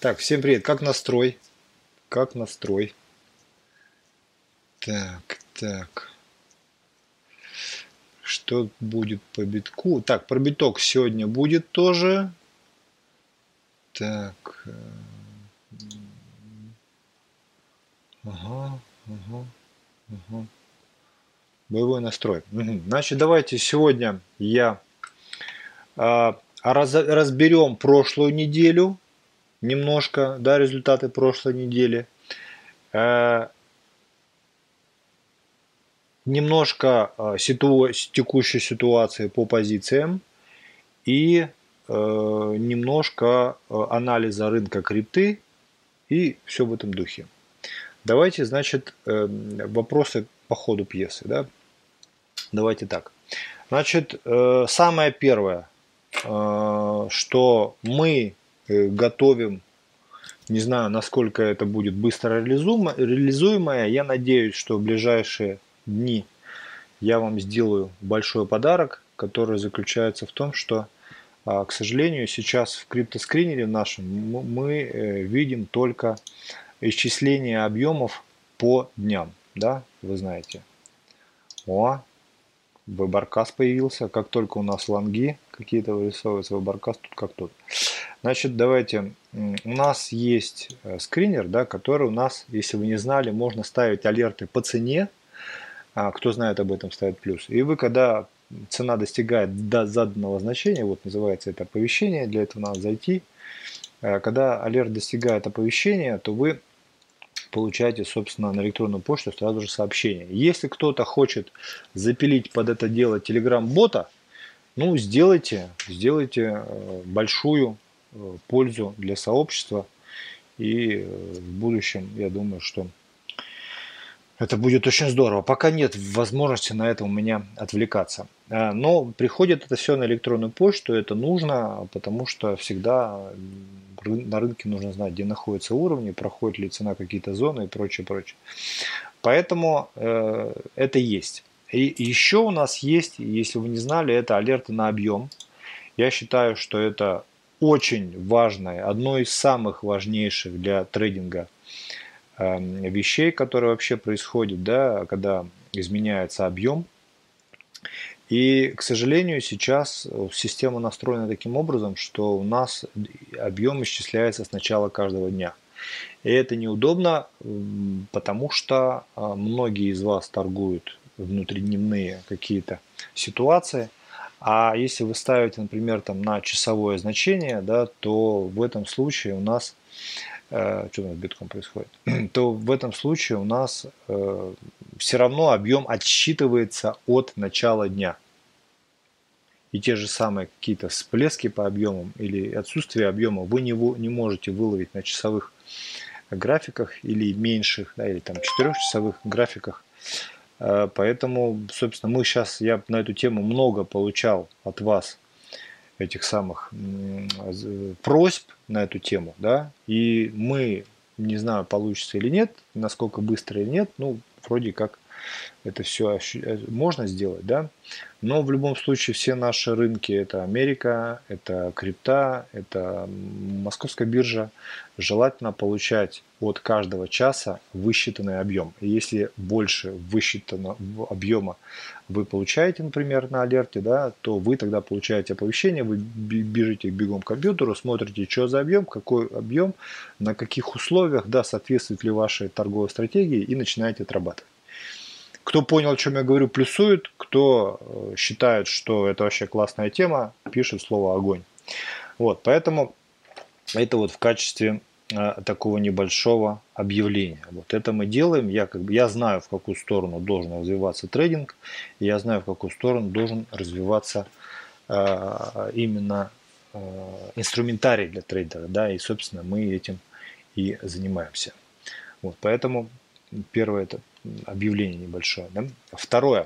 Так, всем привет. Как настрой? Как настрой? Так. Что будет по битку? Так, про биток сегодня будет тоже. Так. Ага. Боевой настрой. Значит, давайте сегодня разберем прошлую неделю. Немножко, да, результаты прошлой недели. Немножко текущей ситуации по позициям и немножко анализа рынка крипты и все в этом духе. Давайте, значит, вопросы по ходу пьесы. Да? Давайте так. Значит, самое первое, что мы готовим, не знаю, насколько это будет быстро реализуемое, я надеюсь, что в ближайшие дни я вам сделаю большой подарок, который заключается в том, что, к сожалению, сейчас в криптоскринере нашем мы видим только исчисление объемов по дням. Да, вы знаете. Вебаркас появился. Как только у нас лонги какие-то вырисовываются, Вебаркас тут как тут. Значит, давайте. У нас есть скринер, да, который у нас, если вы не знали, можно ставить алерты по цене. Кто знает об этом, ставит плюс. И вы, когда цена достигает до заданного значения, вот называется это оповещение, для этого надо зайти. Когда алерт достигает оповещения, то вы получаете, собственно, на электронную почту сразу же сообщение. Если кто-то хочет запилить под это дело Telegram-бота, ну, сделайте большую пользу для сообщества. И в будущем, я думаю, что это будет очень здорово. Пока нет возможности на это у меня отвлекаться. Но приходит это все на электронную почту, это нужно, потому что всегда на рынке нужно знать, где находятся уровни, проходит ли цена какие-то зоны и прочее. Поэтому это есть. И еще у нас есть, если вы не знали, это алерты на объем. Я считаю, что это очень важное, одно из самых важнейших для трейдинга вещей, которые вообще происходят, да, когда изменяется объем. И, к сожалению, сейчас система настроена таким образом, что у нас объем исчисляется с начала каждого дня. И это неудобно, потому что многие из вас торгуют внутридневные какие-то ситуации. А если вы ставите, например, там, на часовое значение, да, то в этом случае у нас что у нас с битком происходит, то в этом случае у нас все равно объем отсчитывается от начала дня. И те же самые какие-то всплески по объемам или отсутствие объема вы не можете выловить на часовых графиках или меньших, да, или там 4-часовых графиках. Поэтому, собственно, я на эту тему много получал от вас этих самых просьб на эту тему, да, и мы, не знаю, получится или нет, насколько быстро или нет, ну, вроде как это все можно сделать, да, но в любом случае все наши рынки, это Америка, это крипта, это московская биржа, желательно получать от каждого часа высчитанный объем. И если больше высчитанного объема вы получаете, например, на алерте, да, то вы тогда получаете оповещение, вы бежите бегом к компьютеру, смотрите, что за объем, какой объем, на каких условиях, да, соответствует ли вашей торговой стратегии, и начинаете отрабатывать. Кто понял, о чем я говорю, плюсует. Кто считает, что это вообще классная тема, пишет слово «огонь». Вот, поэтому это вот в качестве такого небольшого объявления. Вот это мы делаем. Я знаю, в какую сторону должен развиваться трейдинг, и я знаю, в какую сторону должен развиваться именно инструментарий для трейдера. Да, и, собственно, мы этим и занимаемся. Вот, поэтому первое это объявление небольшое. Да? Второе.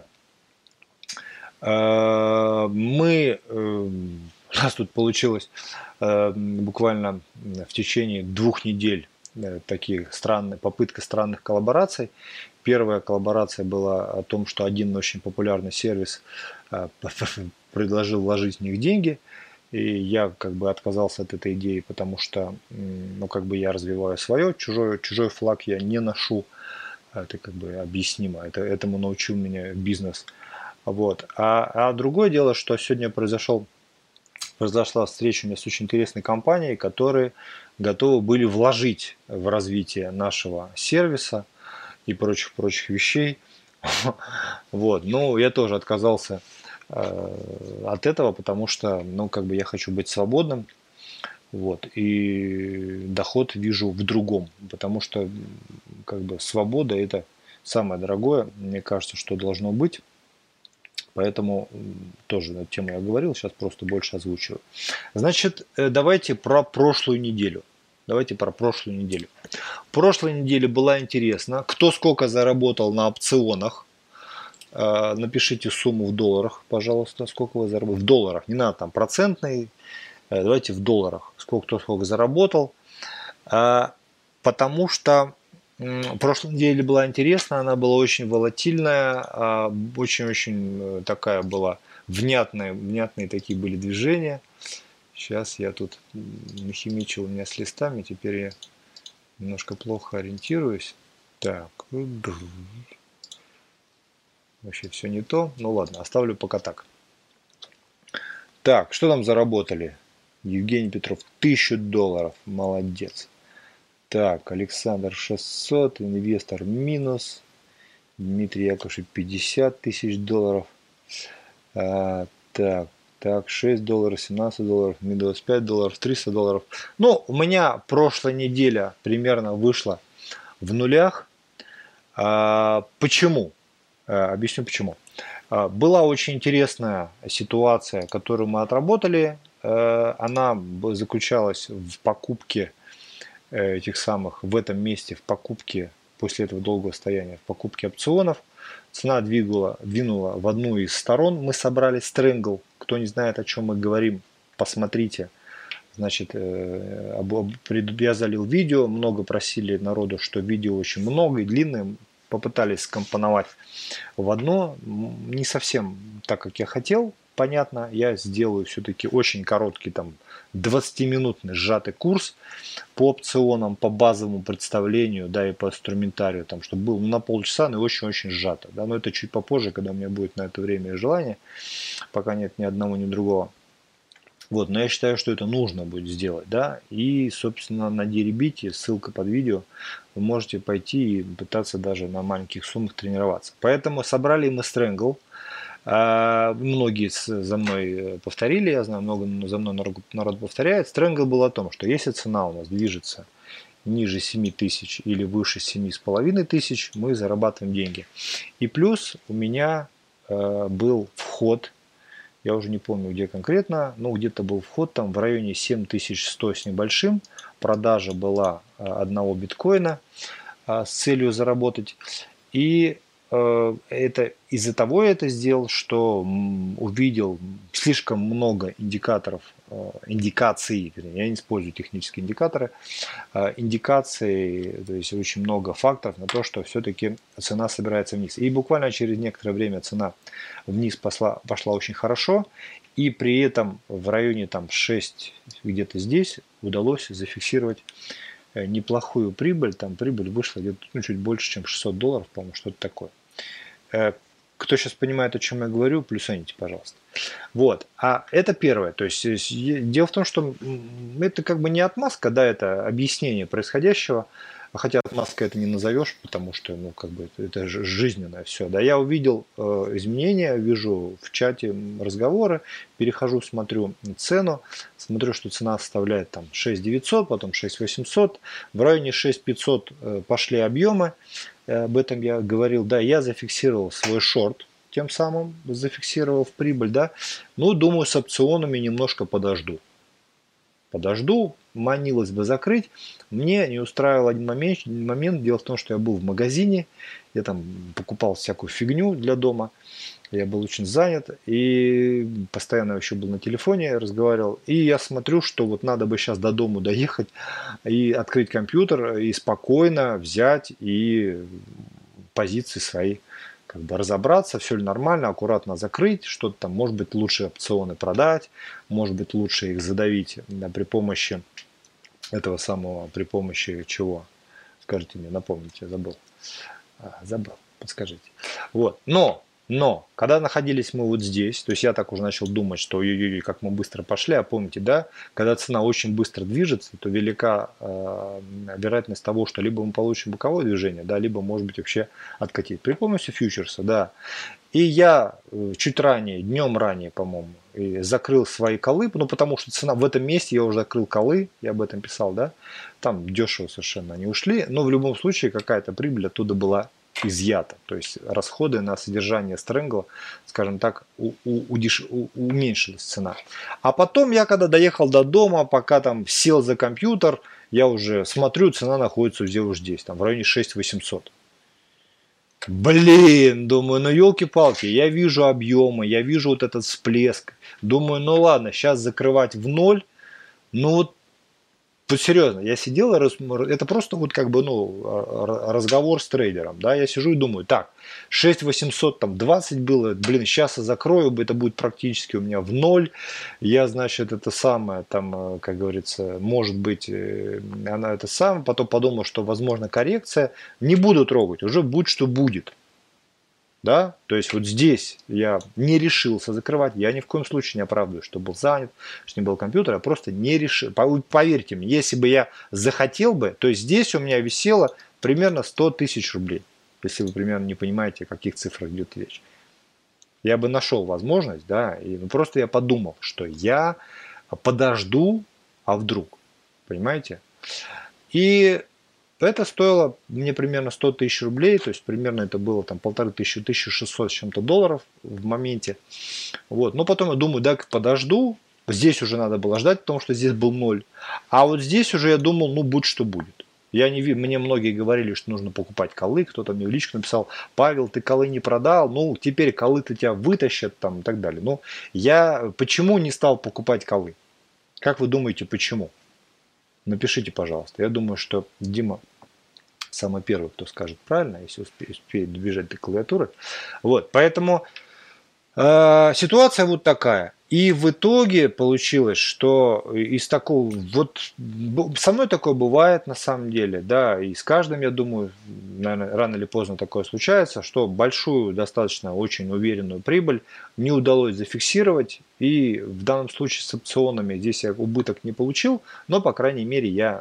У нас тут получилось буквально в течение 2 недель попытка странных коллабораций. Первая коллаборация была о том, что один очень популярный сервис предложил вложить в них деньги. И я как бы отказался от этой идеи, потому что, ну, как бы я развиваю свое, чужой флаг я не ношу. Это как бы объяснимо. Этому научил меня бизнес. Вот. А другое дело, что сегодня произошла встреча у меня с очень интересной компанией, которые готовы были вложить в развитие нашего сервиса и прочих вещей. Вот. Но я тоже отказался от этого, потому что, ну, как бы я хочу быть свободным. Вот. И доход вижу в другом, потому что как бы свобода это самое дорогое, мне кажется, что должно быть. Поэтому тоже на эту тему я говорил, сейчас просто больше озвучиваю. Значит, давайте про прошлую неделю. Давайте про прошлую неделю. Прошлой неделе была интересно. Кто сколько заработал на опционах? Напишите сумму в долларах, пожалуйста, сколько вы заработали. В долларах, не надо там процентный. Давайте в долларах. Кто сколько заработал. Потому что прошлой неделе была интересна, она была очень волатильная, очень-очень такая была внятные такие были движения. Сейчас я тут нахимичил у меня с листами, теперь я немножко плохо ориентируюсь. Так, вообще все не то. Ну ладно, оставлю пока так. Так, что там заработали? Евгений Петров, $1000, молодец. Так, Александр 600, инвестор минус. Дмитрий Яковлевич 50 тысяч долларов. Так, $6, $17, мне $25, $300. Ну, у меня прошлая неделя примерно вышла в нулях. Почему? Объясню почему. Была очень интересная ситуация, которую мы отработали. Она заключалась в покупке этих самых, в этом месте, в покупке, после этого долгого стояния, в покупке опционов. Цена двинула в одну из сторон. Мы собрали стрэнгл. Кто не знает, о чем мы говорим, посмотрите. Значит, я залил видео, много просили народу, что видео очень много и длинное. Попытались скомпоновать в одно. Не совсем так, как я хотел. Понятно, я сделаю все-таки очень короткий, там, 20-минутный сжатый курс по опционам, по базовому представлению, да, и по инструментарию, там, чтобы был на полчаса, но очень-очень сжато. Да, но это чуть попозже, когда у меня будет на это время и желание, пока нет ни одного, ни другого. Вот, но я считаю, что это нужно будет сделать, да, и, собственно, на Deribit, ссылка под видео, вы можете пойти и пытаться даже на маленьких суммах тренироваться. Поэтому собрали мы Strangle, многие за мной повторили, я знаю, много за мной народ повторяет. Strangle был о том, что если цена у нас движется ниже 7 тысяч или выше 7,5 тысяч, мы зарабатываем деньги. И плюс у меня был вход, я уже не помню где конкретно, но где-то был вход там в районе 7100 с небольшим. Продажа была одного биткоина с целью заработать. И это из-за того я это сделал, что увидел слишком много индикаций, я не использую технические индикаторы, индикаций, то есть очень много факторов на то, что все-таки цена собирается вниз. И буквально через некоторое время цена вниз пошла очень хорошо, и при этом в районе там 6, где-то здесь удалось зафиксировать неплохую прибыль, там прибыль вышла где-то чуть больше, чем $600, по-моему, что-то такое. Кто сейчас понимает, о чем я говорю, плюсаните, пожалуйста. Вот, а это первое, то есть дело в том, что это как бы не отмазка, да, это объяснение происходящего, хотя отмазкой это не назовешь, потому что, ну, как бы это жизненное все, да, я увидел изменения, вижу в чате разговоры, перехожу, смотрю цену, смотрю, что цена составляет там 6900, потом 6800, в районе 6500 пошли объемы, об этом я говорил, да, я зафиксировал свой шорт, тем самым зафиксировав прибыль, да, ну, думаю, с опционами немножко подожду. Манилось бы закрыть. Мне не устраивал один момент. Дело в том, что я был в магазине, я там покупал всякую фигню для дома, я был очень занят и постоянно еще был на телефоне, разговаривал. И я смотрю, что вот надо бы сейчас до дома доехать и открыть компьютер и спокойно взять и позиции свои как бы разобраться, все ли нормально, аккуратно закрыть, что-то там, может быть, лучше опционы продать, может быть, лучше их задавить, да, при помощи этого самого, при помощи чего? Скажите мне, напомните, забыл. Забыл, подскажите. Вот. Когда находились мы вот здесь, то есть я так уже начал думать, что ой-ой-ой, как мы быстро пошли, а помните, да, когда цена очень быстро движется, то велика вероятность того, что либо мы получим боковое движение, да, либо, может быть, вообще откатить. При помощи фьючерса, да. И я чуть ранее, днем ранее, по-моему, закрыл свои колы, ну, потому что цена в этом месте, я уже закрыл колы, я об этом писал, да, там дешево совершенно они ушли, но в любом случае какая-то прибыль оттуда была изъята, то есть расходы на содержание стрэнгла, скажем так, уменьшилась цена. А потом я, когда доехал до дома, пока там сел за компьютер, я уже смотрю, цена находится уже здесь, там в районе 6800. Блин, думаю, ну елки-палки, я вижу объемы, я вижу вот этот всплеск. Думаю, ну ладно, сейчас закрывать в ноль. Ну вот серьезно, я сидел, это просто вот как бы, разговор с трейдером, да, я сижу и думаю, так, 6800 там 20 было, блин, сейчас я закрою, это будет практически у меня в ноль, я, значит, это самое, там, как говорится, может быть, она это самое, потом подумал, что возможно коррекция, не буду трогать, уже будь что будет. Да? То есть вот здесь я не решился закрывать, я ни в коем случае не оправдываю, что был занят, что не был компьютер, я просто не решил. Поверьте мне, если бы я захотел бы, то есть здесь у меня висело примерно 100 тысяч рублей, если вы примерно не понимаете, о каких цифрах идет речь. Я бы нашел возможность, да, и просто я подумал, что я подожду, а вдруг, понимаете? И это стоило мне примерно 100 тысяч рублей, то есть примерно это было там 1500, 1600 с чем-то долларов в моменте. Вот. Но потом я думаю, да, подожду, здесь уже надо было ждать, потому что здесь был ноль. А вот здесь уже я думал, ну будь что будет. Я не вижу, мне многие говорили, что нужно покупать колы, кто-то мне в личку написал, Павел, ты колы не продал, ну теперь колы-то тебя вытащат там и так далее. Но я почему не стал покупать колы? Как вы думаете, почему? Напишите, пожалуйста. Я думаю, что Дима самый первый, кто скажет правильно, если успеет добежать до клавиатуры. Вот, поэтому ситуация вот такая. И в итоге получилось, что из такого, вот со мной такое бывает на самом деле, да, и с каждым, я думаю, наверное, рано или поздно такое случается, что большую, достаточно очень уверенную прибыль не удалось зафиксировать, и в данном случае с опционами здесь я убыток не получил, но, по крайней мере, я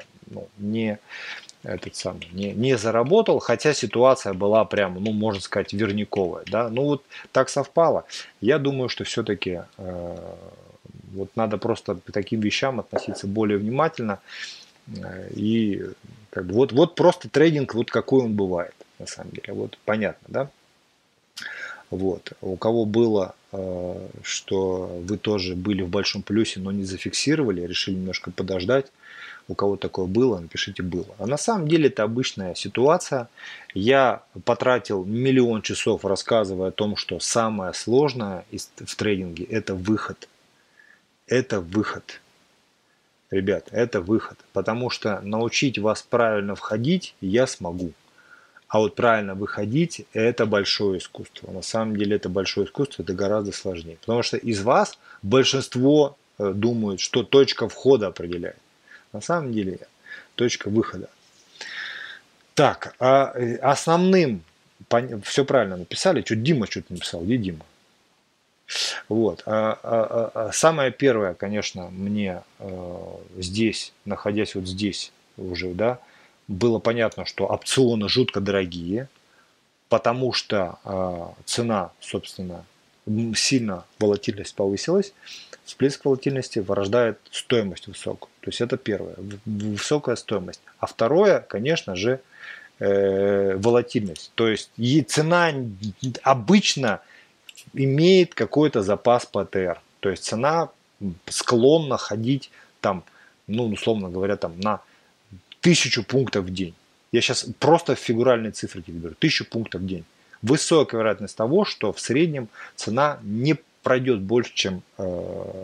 не заработал, хотя ситуация была прям, можно сказать, верняковая, да, ну вот так совпало. Я думаю, что все-таки вот надо просто к таким вещам относиться более внимательно и как бы вот просто трейдинг, вот какой он бывает на самом деле, вот понятно, да. Вот. У кого было, что вы тоже были в большом плюсе, но не зафиксировали, решили немножко подождать, у кого такое было, напишите было. А на самом деле это обычная ситуация. Я потратил миллион часов, рассказывая о том, что самое сложное в трейдинге – это выход. Это выход. Ребят, это выход. Потому что научить вас правильно входить я смогу. А вот правильно выходить – это большое искусство. На самом деле это большое искусство, это гораздо сложнее. Потому что из вас большинство думают, что точка входа определяет. На самом деле точка выхода. Так, основным, все правильно написали, что Дима что-то написал, где Дима? Вот. Самое первое, конечно, мне здесь, находясь вот здесь уже, да, было понятно, что опционы жутко дорогие, потому что цена, собственно, сильно волатильность повысилась, всплеск волатильности порождает стоимость высокую. То есть это первое, высокая стоимость. А второе, конечно же, волатильность. То есть цена обычно имеет какой-то запас ПТР. То есть цена склонна ходить там, условно говоря, там на 1000 пунктов в день. Я сейчас просто фигуральные цифры беру. 1000 пунктов в день. Высокая вероятность того, что в среднем цена не пройдет больше, чем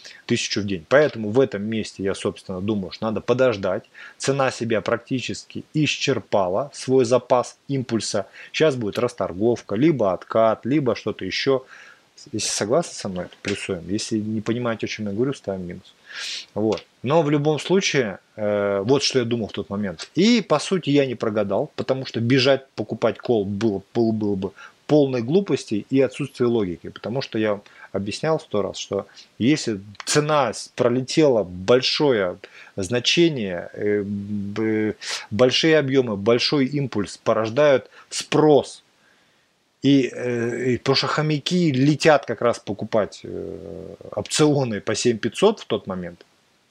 1000 в день. Поэтому в этом месте я, собственно, думаю, что надо подождать. Цена себя практически исчерпала, свой запас импульса. Сейчас будет расторговка, либо откат, либо что-то еще. Если согласны со мной, плюсуем. Если не понимаете, о чем я говорю, ставим минус. Вот. Но в любом случае, вот что я думал в тот момент. И по сути я не прогадал, потому что бежать покупать кол было бы полной глупости и отсутствие логики. Потому что я объяснял 100 раз, что если цена пролетела большое значение, большие объемы, большой импульс порождают спрос. Потому что хомяки летят как раз покупать опционы по 7500 в тот момент.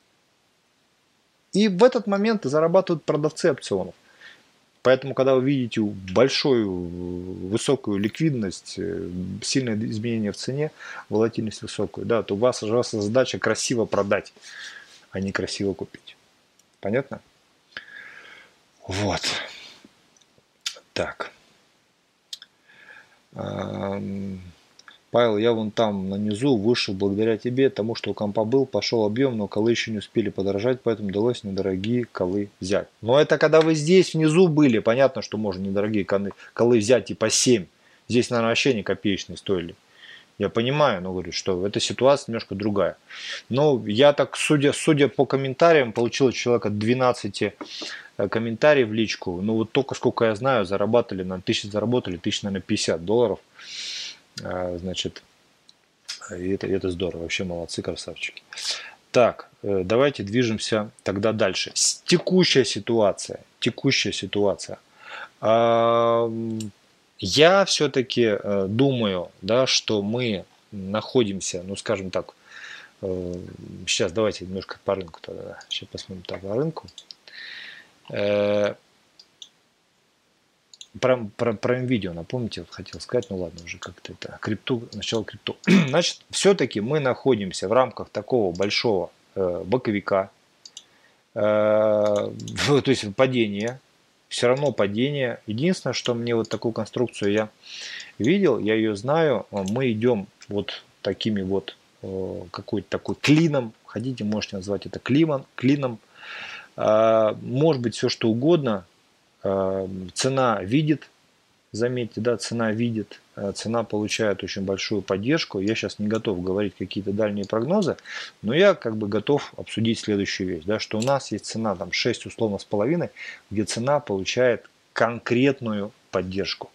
И в этот момент зарабатывают продавцы опционов. Поэтому, когда вы видите большую, высокую ликвидность, сильное изменение в цене, волатильность высокую, да, то у вас задача красиво продать, а не красиво купить. Понятно? Вот. Так. Павел, я вон там на низу вышел благодаря тебе, тому что у компа был, пошел объем, но колы еще не успели подорожать, поэтому удалось недорогие колы взять. Но это когда вы здесь внизу были, понятно, что можно недорогие колы взять типа 7. Здесь, наверное, вообще не копеечные стоили. Я понимаю, но говорю, что эта ситуация немножко другая. Но я так, судя по комментариям, получил от человека 12 комментариев в личку. Ну вот только сколько я знаю, заработали, наверное, $1050. Значит, и это здорово, вообще молодцы, красавчики. Так, давайте движемся тогда дальше. Текущая ситуация. Я все-таки думаю, да, что мы находимся, ну скажем так, сейчас давайте немножко по рынку тогда. Сейчас посмотрим так по рынку. Про NVIDIA напомните, хотел сказать, ну ладно, уже как-то это, начало крипту. Значит, все-таки мы находимся в рамках такого большого боковика, то есть падения, все равно падение. Единственное, что мне вот такую конструкцию я видел, я ее знаю, мы идем вот такими вот, какой-то такой клином, хотите, можете назвать это клином, может быть все что угодно. Цена видит, заметьте, да, цена получает очень большую поддержку. Я сейчас не готов говорить какие-то дальние прогнозы, но я как бы готов обсудить следующую вещь, да, что у нас есть цена там 6 условно с половиной, где цена получает конкретную поддержку.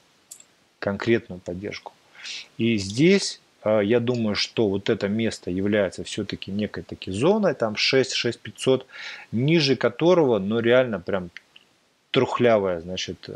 И здесь я думаю, что вот это место является все-таки некой таки зоной, там 6-6500, ниже которого, ну реально прям трухлявое, значит,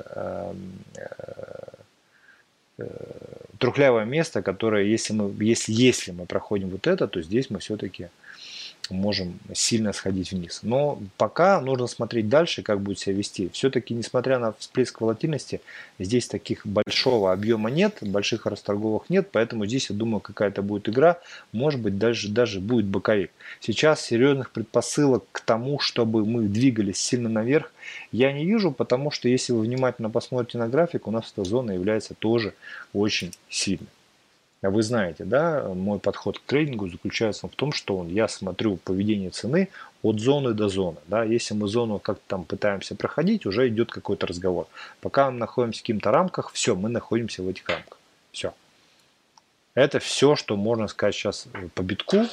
трухлявое место, которое, если мы проходим вот это, то здесь мы все-таки можем сильно сходить вниз. Но пока нужно смотреть дальше, как будет себя вести. Все-таки, несмотря на всплеск волатильности, здесь таких большого объема нет, больших расторговок нет, поэтому здесь, я думаю, какая-то будет игра, может быть, даже будет боковик. Сейчас серьезных предпосылок к тому, чтобы мы двигались сильно наверх, я не вижу, потому что, если вы внимательно посмотрите на график, у нас эта зона является тоже очень сильной. Вы знаете, да, мой подход к трейдингу заключается в том, что я смотрю поведение цены от зоны до зоны. Да. Если мы зону как-то там пытаемся проходить, уже идет какой-то разговор. Пока мы находимся в каких-то рамках, все, мы находимся в этих рамках. Все. Это все, что можно сказать сейчас по битку.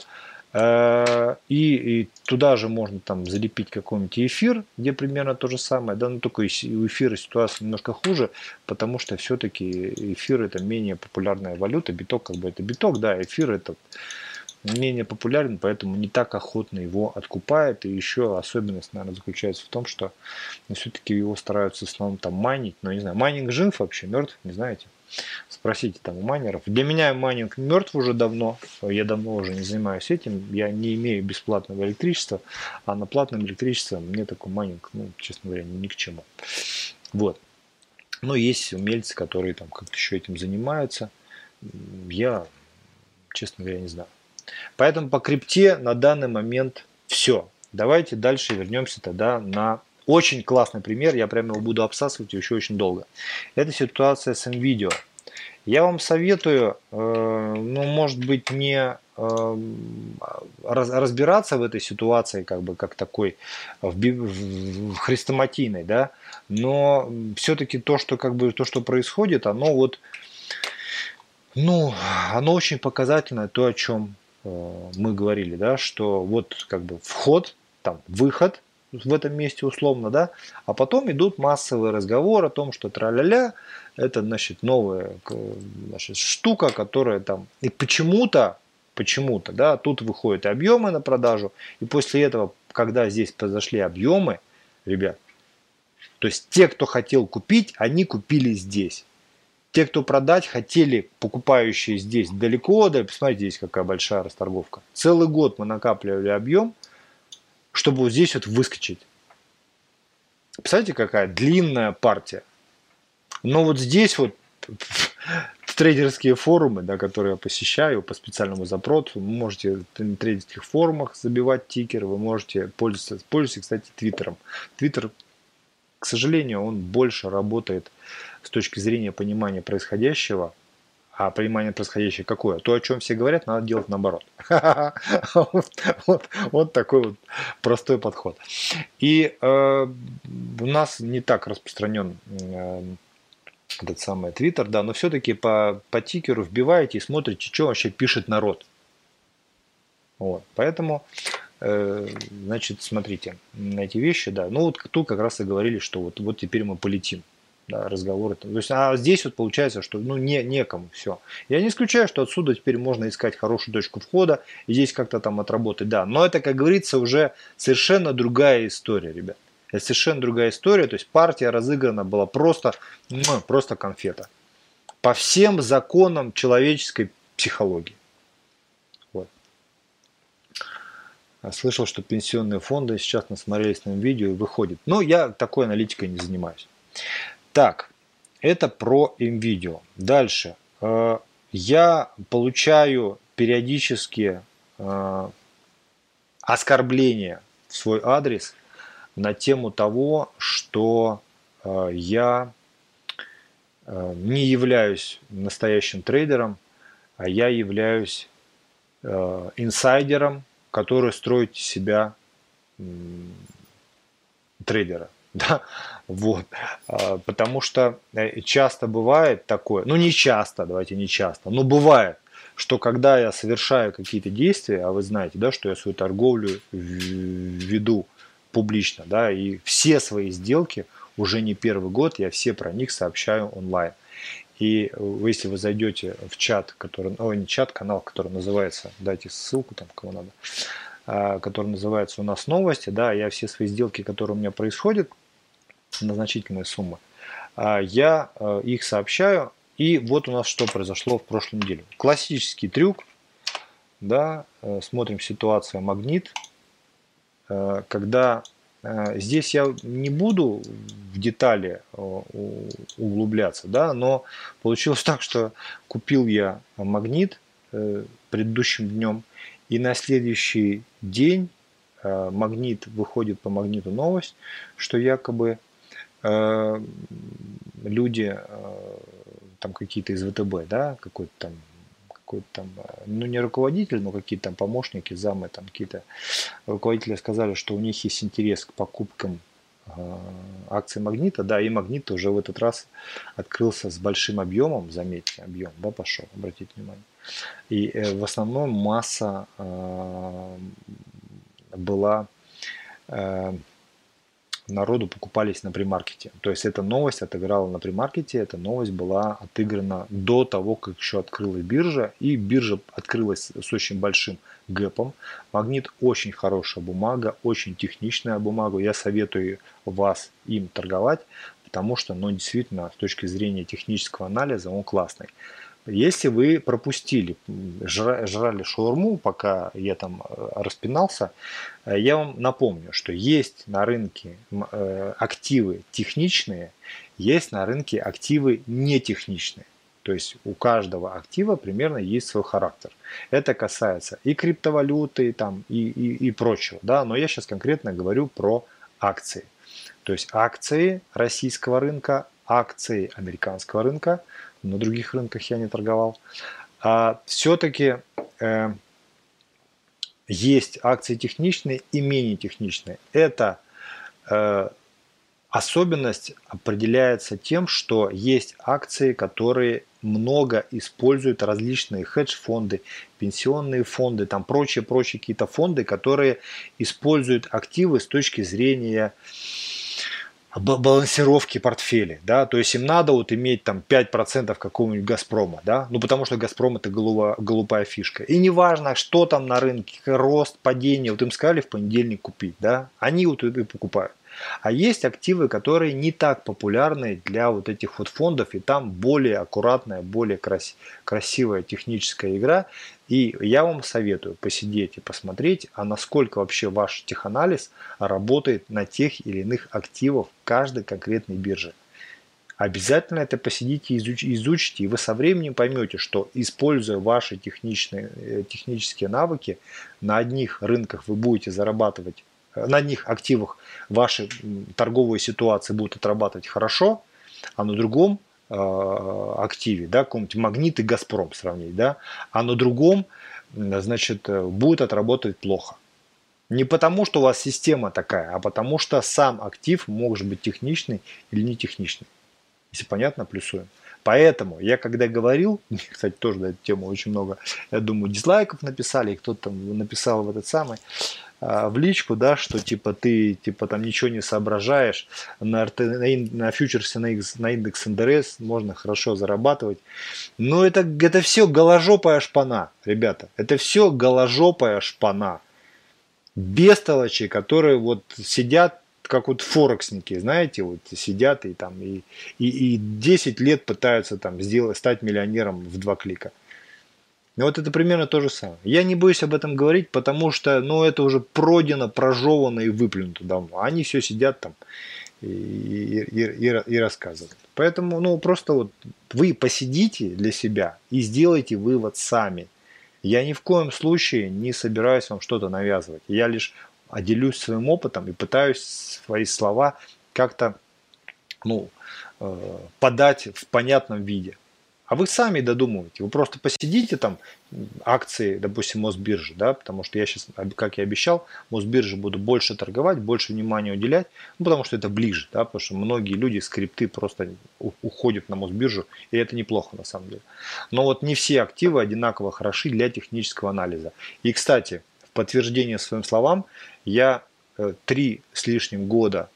И туда же можно там залепить какой-нибудь эфир, где примерно то же самое, да, но только у эфира ситуация немножко хуже, потому что все-таки эфир это менее популярная валюта, биток как бы это биток, да, эфир это менее популярен, поэтому не так охотно его откупает, и еще особенность, наверное, заключается в том, что все-таки его стараются в основном там майнить, но не знаю, майнинг жив вообще, мертв, не знаете? Спросите там у майнеров. Для меня майнинг мертв уже давно. Я давно уже не занимаюсь этим. Я не имею бесплатного электричества. А на платном электричестве мне такой майнинг, ну, честно говоря, ни к чему. Вот. Но есть умельцы, которые там как-то еще этим занимаются. Я, честно говоря, не знаю. Поэтому по крипте на данный момент все. Давайте дальше вернемся тогда на очень классный пример. Я прямо его буду обсасывать еще очень долго. Это ситуация с NVIDIA. Я вам советую, ну, может быть, не разбираться в этой ситуации, как бы, как такой в хрестоматийной, да, но все-таки то, что, как бы, то, что происходит, оно вот, ну, оно очень показательное, то, о чем мы говорили, да, что вот, как бы, вход, там, выход в этом месте условно, да, а потом идут массовые разговоры о том, что тра-ля-ля, это, значит, новая, значит, штука, которая там, и почему-то, да, тут выходят объемы на продажу, и после этого, когда здесь произошли объемы, ребят, то есть те, кто хотел купить, они купили здесь. Те, кто продать хотели, покупающие здесь далеко, да, посмотрите, здесь какая большая расторговка. Целый год мы накапливали объем, чтобы вот здесь вот выскочить. Представляете, какая длинная партия. Но вот здесь вот в трейдерские форумы, да, которые я посещаю по специальному запросу, вы можете на трейдерских форумах забивать тикер, вы можете пользоваться, кстати, Твиттером. Твиттер, к сожалению, он больше работает с точки зрения понимания происходящего. А понимание происходящего какое? То, о чем все говорят, надо делать наоборот. Вот такой вот простой подход. И у нас не так распространен этот самый Твиттер, да, но все-таки по тикеру вбиваете и смотрите, что вообще пишет народ. Вот, поэтому, значит, смотрите на эти вещи, да. Ну вот тут как раз и говорили, что вот теперь мы полетим. Да, разговоры. То есть, а здесь вот получается, что ну некому все. Я не исключаю, что отсюда теперь можно искать хорошую точку входа и здесь как-то там отработать, да. Но это, как говорится, уже совершенно другая история, ребят. Это совершенно другая история. То есть партия разыграна была просто конфета. По всем законам человеческой психологии. Вот. Слышал, что пенсионные фонды сейчас насмотрелись на видео и выходят. Но я такой аналитикой не занимаюсь. Так, это про NVIDIA. Дальше. Я получаю периодически оскорбления в свой адрес на тему того, что я не являюсь настоящим трейдером, а я являюсь инсайдером, который строит из себя трейдера. Да, вот, потому что часто бывает такое, ну не часто, давайте не часто, но бывает, что когда я совершаю какие-то действия, а вы знаете, да, что я свою торговлю веду публично, да, и все свои сделки уже не первый год, я все про них сообщаю онлайн. И если вы зайдете в чат, который, не чат, канал, который называется, дайте ссылку там, кому надо, который называется «У нас новости», да, я все свои сделки, которые у меня происходят, на значительные суммы, я их сообщаю. И вот у нас что произошло в прошлой неделе. Классический трюк, да, смотрим ситуацию магнит, когда здесь я не буду в детали углубляться, да, но получилось так, что купил я магнит предыдущим днем, и на следующий день магнит выходит по магниту новость, что якобы люди там какие-то из ВТБ, да, какой-то там, ну не руководитель, но какие-то там помощники, замы, там какие-то руководители сказали, что у них есть интерес к покупкам акций Магнита, да, и Магнит уже в этот раз открылся с большим объемом, заметьте, объем, да, пошел, обратите внимание. И в основном масса была, народу покупались на премаркете. То есть эта новость отыграла на премаркете, эта новость была отыграна до того, как еще открылась биржа, и биржа открылась с очень большим гэпом. Магнит очень хорошая бумага, очень техничная бумага, я советую вас им торговать, потому что, ну, действительно, с точки зрения технического анализа он классный. Если вы пропустили, жрали шаурму, пока я там распинался, я вам напомню, что есть на рынке активы техничные, есть на рынке активы нетехничные. То есть у каждого актива примерно есть свой характер. Это касается и криптовалюты, там, и прочего. Да? Но я сейчас конкретно говорю про акции. То есть акции российского рынка, акции американского рынка, на других рынках я не торговал. Все-таки есть акции техничные и менее техничные. Это особенность определяется тем, что есть акции, которые много используют различные хедж-фонды, пенсионные фонды, там прочие какие-то фонды, которые используют активы с точки зрения балансировки портфеля, да, то есть им надо вот иметь там 5% какого-нибудь Газпрома, да, ну потому что Газпром это голубая фишка. И неважно, что там на рынке, рост, падение, вот им сказали в понедельник купить, да, они вот и покупают. А есть активы, которые не так популярны для вот этих вот фондов, и там более аккуратная, более красивая техническая игра. И я вам советую посидеть и посмотреть, а насколько вообще ваш теханализ работает на тех или иных активах каждой конкретной бирже. Обязательно это посидите, изучите, и вы со временем поймете, что, используя ваши технические навыки, на одних рынках вы будете зарабатывать, на одних активах ваши торговые ситуации будут отрабатывать хорошо, а на другом активе, да, каком-нибудь Магнит и Газпром сравнить, да, а на другом, значит, будет отработать плохо. Не потому, что у вас система такая, а потому, что сам актив может быть техничный или не техничный. Если понятно, плюсуем. Поэтому я когда говорил, кстати, тоже на эту тему очень много, я думаю, дизлайков написали, и кто-то там написал в этот самый, в личку, да, что типа ты типа там ничего не соображаешь, на фьючерсе, на индекс НДРС можно хорошо зарабатывать. Но это все голожопая шпана, ребята. Это все голожопая шпана. Бестолочи, которые вот сидят, как вот форексники, знаете, вот сидят и там и 10 лет пытаются там стать миллионером в 2 клика. И вот это примерно то же самое. Я не боюсь об этом говорить, потому что, ну, это уже пройдено, прожевано и выплюнуто давно. Они все сидят там и рассказывают. Поэтому, ну, просто вот вы посидите для себя и сделайте вывод сами. Я ни в коем случае не собираюсь вам что-то навязывать. Я лишь делюсь своим опытом и пытаюсь свои слова как-то, ну, подать в понятном виде. А вы сами додумываете. Вы просто посидите там, акции, допустим, Мосбиржи, да, потому что я сейчас, как и обещал, Мосбиржи буду больше торговать, больше внимания уделять, ну, потому что это ближе, да, потому что многие люди, скрипты просто уходят на Мосбиржу, и это неплохо на самом деле. Но вот не все активы одинаково хороши для технического анализа. И, кстати, в подтверждение своим словам, я 3 с лишним года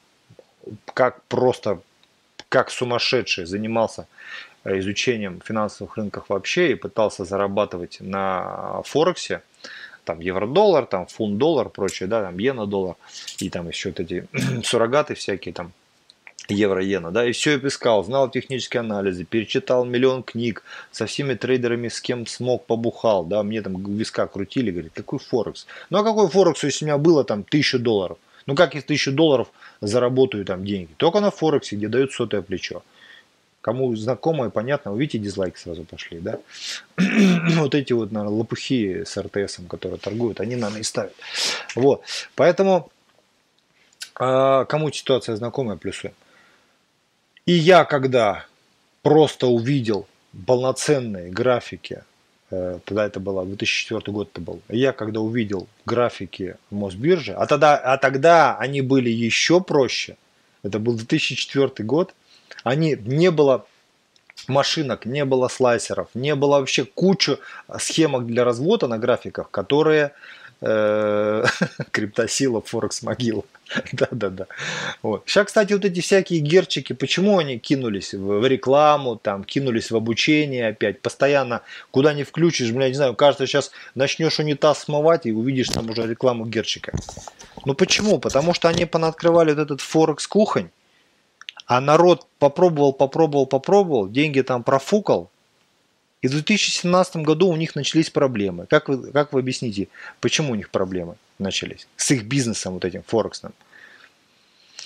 как сумасшедший занимался изучением финансовых рынков вообще и пытался зарабатывать на Форексе, там евро-доллар, там фунт-доллар, прочее, да, там иена-доллар, и там еще вот эти суррогаты всякие, там евро-иена, да, и все я искал, знал технические анализы, перечитал миллион книг, со всеми трейдерами, с кем смог, побухал, да, мне там виска крутили, говорит, какой Форекс? Ну а какой Форекс, если у меня было там $1000? Ну как из $1000 заработаю там деньги? Только на Форексе, где дают сотое плечо. Кому знакомо и понятно, вы видите, дизлайки сразу пошли, да? Вот эти вот, наверное, лопухи с РТСом, которые торгуют, они, наверное, и ставят. Вот, поэтому, кому ситуация знакомая, плюсуем. И я, когда просто увидел полноценные графики, тогда это было, 2004 год это был, я когда увидел графики Мосбиржи, а тогда они были еще проще, это был 2004 год, не было машинок, не было слайсеров, не было вообще кучу схемок для развода на графиках, которые криптосила, Форекс могила. Да. Вот. Сейчас, кстати, вот эти всякие герчики, почему они кинулись в рекламу, там, кинулись в обучение опять, постоянно, куда не включишь, бля, не знаю, кажется, сейчас начнешь унитаз смывать и увидишь там уже рекламу герчика. Ну почему? Потому что они понаоткрывали вот этот Форекс кухонь, а народ попробовал, деньги там профукал, и в 2017 году у них начались проблемы. Как вы объясните, почему у них проблемы начались с их бизнесом вот этим форексным?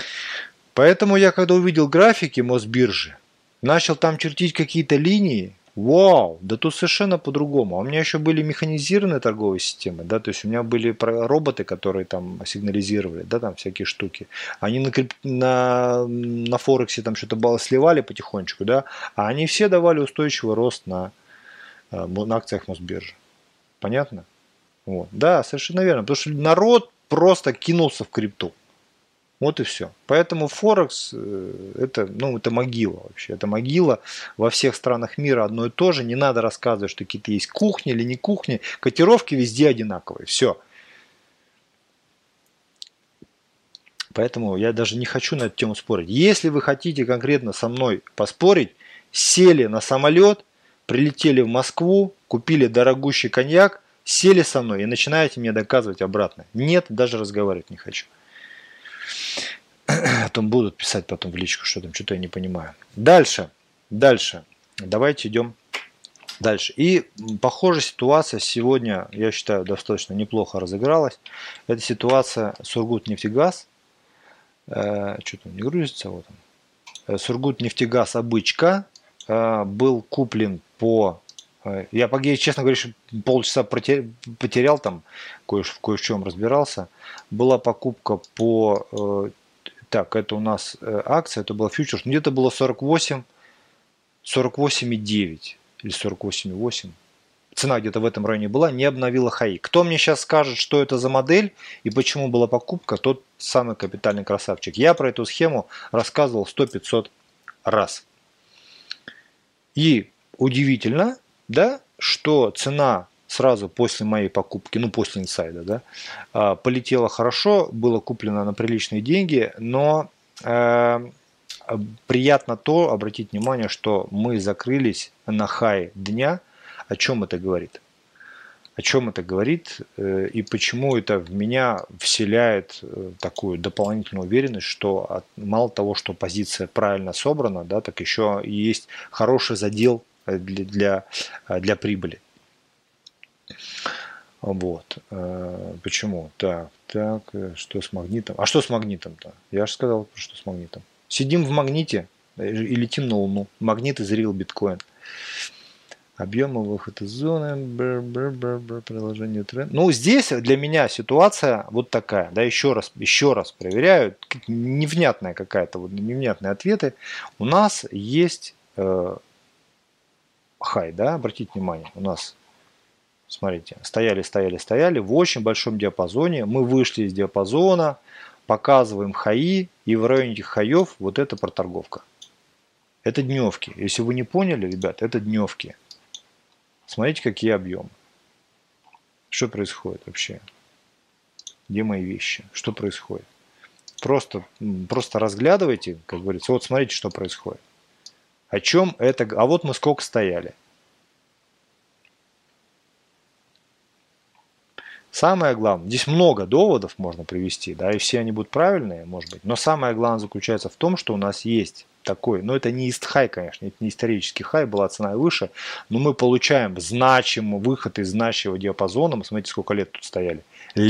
Поэтому я, когда увидел графики Мосбиржи, начал там чертить какие-то линии, Вау, да тут совершенно по-другому. А у меня еще были механизированные торговые системы, да, то есть у меня были роботы, которые там сигнализировали, да, там всякие штуки. Они на Форексе там что-то сливали потихонечку, да, а они все давали устойчивый рост на акциях Мосбиржи. Понятно? Вот. Да, совершенно верно, потому что народ просто кинулся в крипту. Вот и все. Поэтому Форекс это могила вообще. Это могила во всех странах мира одно и то же. Не надо рассказывать, что какие-то есть кухни или не кухни. Котировки везде одинаковые. Все. Поэтому я даже не хочу на эту тему спорить. Если вы хотите конкретно со мной поспорить, сели на самолет, прилетели в Москву, купили дорогущий коньяк, сели со мной и начинаете мне доказывать обратно. Нет, даже разговаривать не хочу. А то будут писать потом в личку, что там, что-то я не понимаю. Дальше. Давайте идем дальше. И похожая ситуация сегодня, я считаю, достаточно неплохо разыгралась. Это ситуация Сургутнефтегаз. Что там не грузится? Вот он. Сургутнефтегаз обычка был куплен по... Я, честно говоря, полчаса потерял там, кое в чем разбирался. Была покупка по... Так, это у нас акция, это была фьючерс. Где-то было 48,9 или 48,8. Цена где-то в этом районе была, не обновила хаи. Кто мне сейчас скажет, что это за модель и почему была покупка, тот самый капитальный красавчик. Я про эту схему рассказывал 100-500 раз. И удивительно, да, что цена сразу после моей покупки, после инсайда, да, полетела хорошо, было куплено на приличные деньги, но приятно обратить внимание, что мы закрылись на хай дня. О чем это говорит? О чем это говорит и почему это в меня вселяет такую дополнительную уверенность, что мало того, что позиция правильно собрана, да, так еще и есть хороший задел для прибыли. Вот. Почему? Так, что с магнитом? А что с магнитом-то? Я же сказал, что с магнитом. Сидим в магните и летим на Луну. Магнит из Real Bitcoin. Объемы выхода из зоны, приложение тренд. Здесь для меня ситуация вот такая. Да, еще раз проверяю. Невнятная какая-то, невнятные ответы. У нас есть хай, да, обратите внимание. У нас, смотрите, стояли в очень большом диапазоне. Мы вышли из диапазона, показываем хаи, и в районе этих хаев вот эта проторговка. Это дневки. Если вы не поняли, ребят, это дневки. Смотрите, какие объемы. Что происходит вообще? Где мои вещи? Что происходит? Просто разглядывайте, как говорится. Вот смотрите, что происходит. О чем это? А вот мы сколько стояли. Самое главное, здесь много доводов можно привести, да, и все они будут правильные, может быть. Но самое главное заключается в том, что у нас есть такой, это не ист-хай, конечно, это не исторический хай, была цена выше, но мы получаем значимый выход из значимого диапазона. Смотрите, сколько лет тут стояли.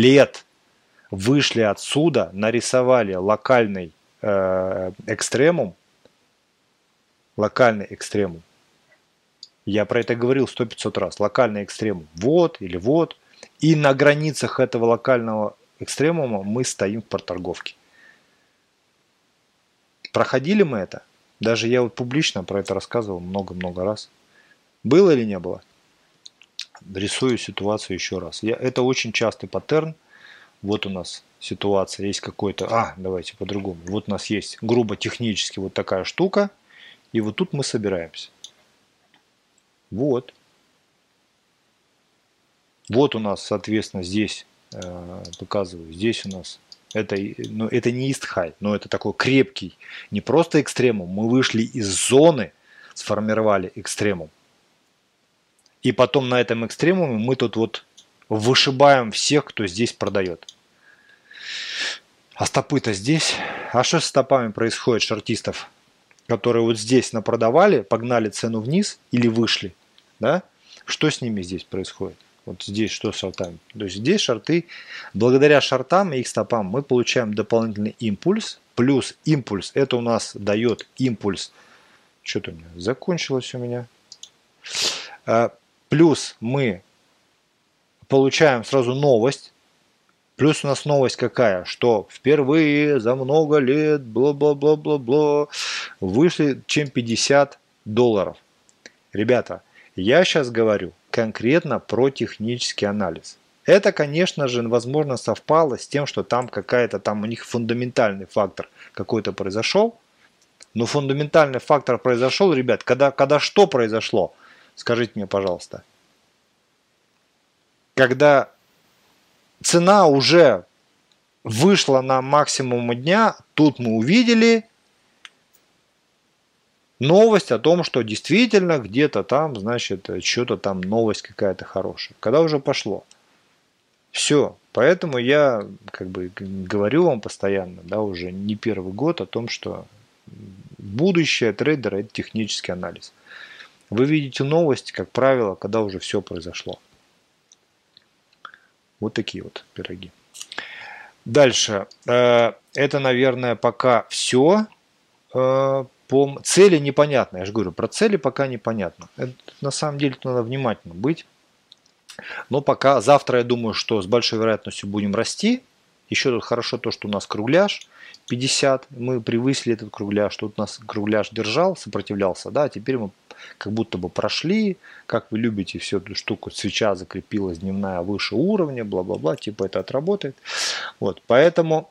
Вышли отсюда, нарисовали локальный экстремум. Локальный экстремум. Я про это говорил 100-500 раз. Локальный экстремум. Вот или вот. И на границах этого локального экстремума мы стоим в проторговке. Проходили мы это? Даже я публично про это рассказывал много-много раз. Было или не было? Рисую ситуацию еще раз. Это очень частый паттерн. Вот у нас ситуация, есть какой-то... давайте по-другому. Вот у нас есть грубо технически вот такая штука. И вот тут мы собираемся. Вот. Вот у нас, соответственно, здесь, показываю, здесь у нас, это не ист-хай, но это такой крепкий, не просто экстремум, мы вышли из зоны, сформировали экстремум. И потом на этом экстремуме мы тут вот вышибаем всех, кто здесь продает. А стопы-то здесь. А что с стопами происходит, шортистов, которые вот здесь напродавали, погнали цену вниз или вышли, да? Что с ними здесь происходит? Вот здесь что с шортами? То есть здесь шорты, благодаря шортам и их стопам мы получаем дополнительный импульс. Плюс импульс, это у нас дает импульс. Что-то у меня закончилось у меня. Плюс мы получаем сразу новость. Плюс у нас новость какая, что впервые за много лет бла-бла-бла-бла-бла вышли чем $50. Ребята, я сейчас говорю конкретно про технический анализ. Это, конечно же, возможно, совпало с тем, что там какая-то там у них фундаментальный фактор какой-то произошел. Но фундаментальный фактор произошел, ребят, когда что произошло? Скажите мне, пожалуйста. Когда цена уже вышла на максимум дня, тут мы увидели новость о том, что действительно где-то там, значит, что-то там новость какая-то хорошая. Когда уже пошло. Все. Поэтому я как бы говорю вам постоянно, да, уже не первый год о том, что будущее трейдера – это технический анализ. Вы видите новость, как правило, когда уже все произошло. Вот такие вот пироги. Дальше. Это, наверное, пока все. Цели непонятны. Я же говорю, про цели пока непонятно. Это, на самом деле надо внимательно быть. Но пока завтра, я думаю, что с большой вероятностью будем расти. Еще тут хорошо то, что у нас кругляш 50. Мы превысили этот кругляш. Тут у нас кругляш держал, сопротивлялся. Да, теперь мы как будто бы прошли. Как вы любите всю эту штуку. Свеча закрепилась дневная выше уровня. Бла-бла-бла. Типа это отработает. Вот, поэтому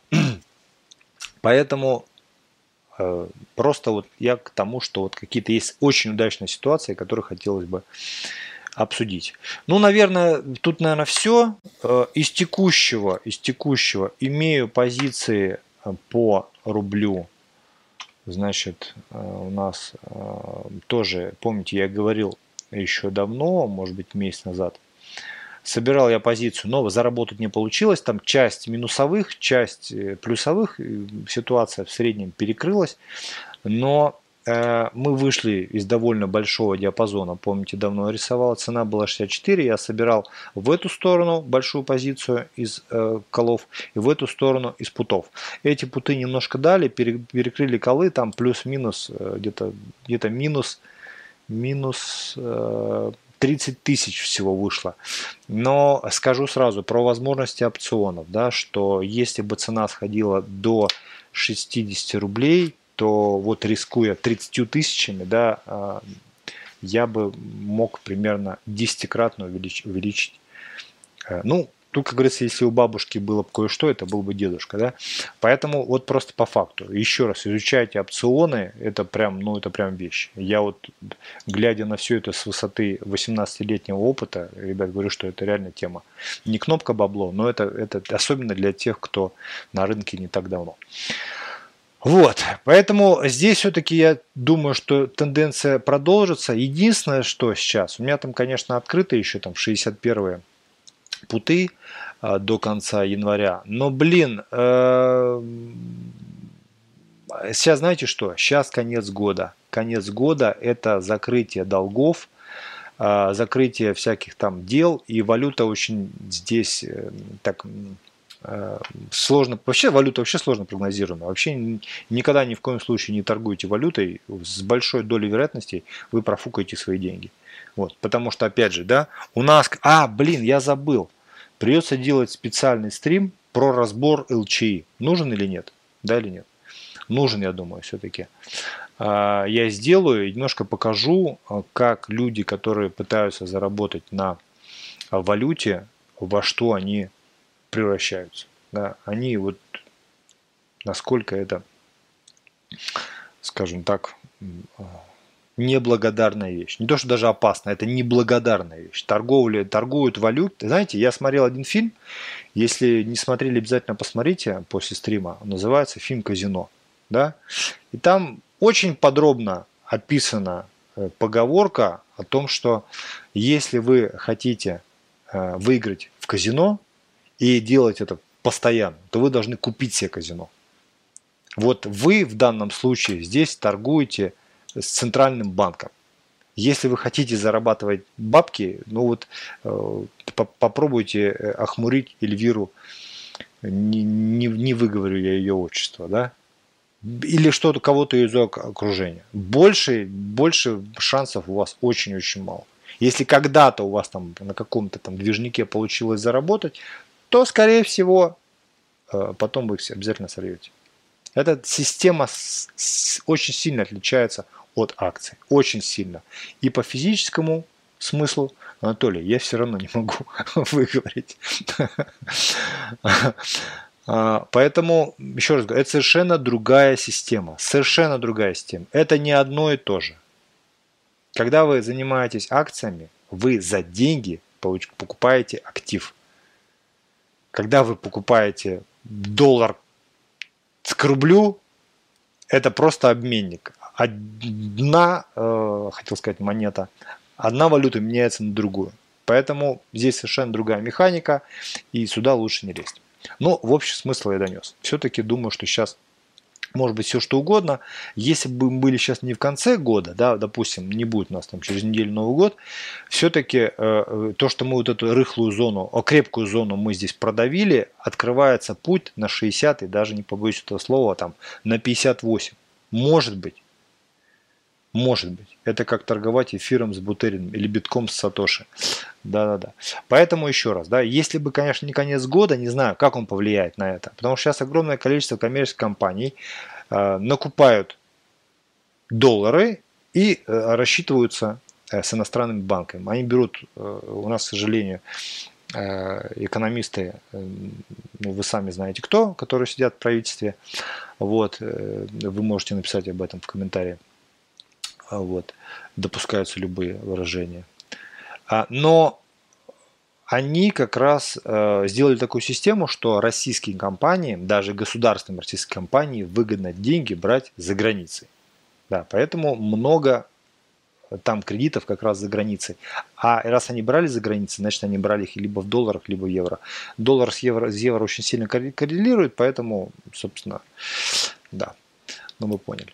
просто вот я к тому, что вот какие-то есть очень удачные ситуации, которые хотелось бы обсудить. Ну, наверное, тут, наверное, все. Из текущего имею позиции по рублю. Значит, у нас тоже, помните, я говорил еще давно, может быть, месяц назад, собирал я позицию, но заработать не получилось. Там часть минусовых, часть плюсовых. Ситуация в среднем перекрылась. Но мы вышли из довольно большого диапазона. Помните, давно рисовал. Цена была 64. Я собирал в эту сторону большую позицию из колов и в эту сторону из путов. Эти путы немножко дали, перекрыли колы. Там плюс-минус где-то минус 30 тысяч всего вышло. Но скажу сразу про возможности опционов, да, что если бы цена сходила до 60 рублей, то вот рискуя 30 тысячами, да, я бы мог примерно 10-кратно увеличить. Ну, тут, как говорится, если у бабушки было бы кое-что, это был бы дедушка, да. Поэтому вот просто по факту. Еще раз, изучайте опционы, это прям, ну, это прям вещь. Я вот, глядя на все это с высоты 18-летнего опыта, ребят, говорю, что это реально тема. Не кнопка бабло, но это особенно для тех, кто на рынке не так давно. Вот, поэтому здесь все-таки я думаю, что тенденция продолжится. Единственное, что сейчас, у меня там, конечно, открыто еще там 61-е путы до конца января. Но, блин, сейчас знаете что? Сейчас конец года. Конец года – это закрытие долгов, закрытие всяких там дел. И валюта очень здесь так сложно. Вообще валюта вообще сложно прогнозируема. Вообще никогда ни в коем случае не торгуйте валютой. С большой долей вероятности вы профукаете свои деньги. Вот, потому что, опять же, да, у нас... я забыл. Придется делать специальный стрим про разбор ЛЧИ. Нужен или нет? Да или нет? Нужен, я думаю, все-таки. Я сделаю, немножко покажу, как люди, которые пытаются заработать на валюте, во что они превращаются. Да? Они вот, насколько это, скажем так, неблагодарная вещь. Не то, что даже опасная, это неблагодарная вещь. Торгуют валютой. Знаете, я смотрел один фильм, если не смотрели, обязательно посмотрите после стрима. Называется фильм «Казино». Да? И там очень подробно описана поговорка о том, что если вы хотите выиграть в казино и делать это постоянно, то вы должны купить себе казино. Вот вы в данном случае здесь торгуете с центральным банком. Если вы хотите зарабатывать бабки, ну вот попробуйте охмурить Эльвиру, не выговорю я ее отчество, да? Или что-то, кого-то из окружения. Больше шансов у вас очень-очень мало. Если когда-то у вас там на каком-то там движнике получилось заработать, то, скорее всего, потом вы их обязательно сольете. Эта система очень сильно отличается от акций. Очень сильно. И по физическому смыслу, Анатолий, я все равно не могу выговорить. Поэтому, еще раз говорю, это совершенно другая система. Совершенно другая система. Это не одно и то же. Когда вы занимаетесь акциями, вы за деньги покупаете актив. Когда вы покупаете доллар к рублю, это просто обменник. Одна, хотел сказать, монета, одна валюта меняется на другую. Поэтому здесь совершенно другая механика, и сюда лучше не лезть. Но в общем смысл я донес. Все-таки думаю, что сейчас может быть все что угодно. Если бы мы были сейчас не в конце года, да, допустим, не будет у нас там через неделю Новый год, все-таки то, что мы вот эту рыхлую зону, крепкую зону мы здесь продавили, открывается путь на 60 и даже не побоюсь этого слова, там на 58. Может быть. Может быть. Это как торговать эфиром с Бутериным или битком с Сатоши. Да-да-да. Поэтому еще раз, да, если бы, конечно, не конец года, не знаю, как он повлияет на это. Потому что сейчас огромное количество коммерческих компаний накупают доллары и рассчитываются с иностранными банками. Они берут, у нас, к сожалению, экономисты, ну, вы сами знаете кто, которые сидят в правительстве. Вот, вы можете написать об этом в комментариях. Вот, допускаются любые выражения. Но они как раз сделали такую систему, что российские компании, даже государственные российские компании, выгодно деньги брать за границей. Да, поэтому много там кредитов как раз за границей. А раз они брали за границей, значит они брали их либо в долларах, либо в евро. Доллар с евро очень сильно коррелирует, поэтому, собственно, да, ну вы поняли.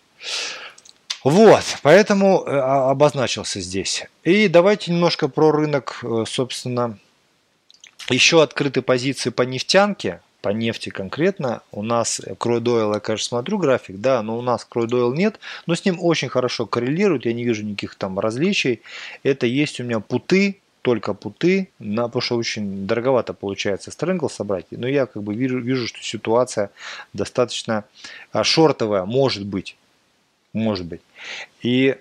Вот, поэтому обозначился здесь. И давайте немножко про рынок, собственно, еще открыты позиции по нефтянке, по нефти конкретно. У нас Crude Oil, я, конечно, смотрю график, да, но у нас Crude Oil нет, но с ним очень хорошо коррелирует, я не вижу никаких там различий. Это есть у меня путы, только путы, потому что очень дороговато получается стрэнгл собрать, но я как бы вижу, что ситуация достаточно шортовая, может быть. Может быть. И